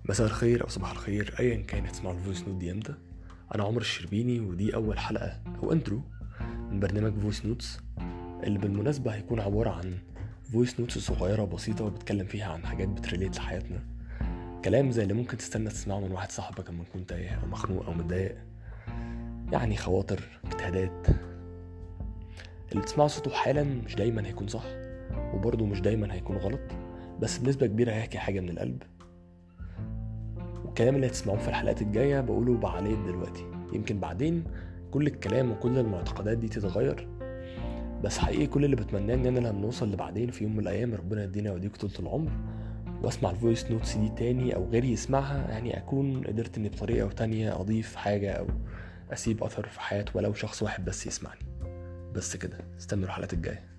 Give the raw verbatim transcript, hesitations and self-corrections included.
مساء الخير او صباح الخير ايا كان تسمعوا الفويس نوت دي امتى. انا عمر الشربيني ودي اول حلقه او انترو من برنامج فويس نوتس، اللي بالمناسبه هيكون عباره عن فويس نوتس صغيره بسيطه وبتكلم فيها عن حاجات بتريليت لحياتنا، كلام زي اللي ممكن تستنى تسمعه من واحد صاحبك لما تكون تايه او مخنوق او متضايق، يعني خواطر، اجتهادات. اللي تسمعه صوته حالا مش دايما هيكون صح، وبرضه مش دايما هيكون غلط، بس بنسبه كبيره هيحكي حاجه من القلب. الكلام اللي هتسمعوه في الحلقات الجاية بقوله بعليه دلوقتي، يمكن بعدين كل الكلام وكل المعتقدات دي تتغير، بس حقيقي كل اللي بتمناه اننا لما نوصل لبعدين في يوم من الايام ربنا يدينا ويديك طولة العمر واسمع الفويس نوتس دي تاني او غيري يسمعها، يعني اكون قدرت اني بطريقة او تانية اضيف حاجة او اسيب اثر في حياة ولو شخص واحد بس يسمعني. بس كده، استنوا الحلقات الجاية.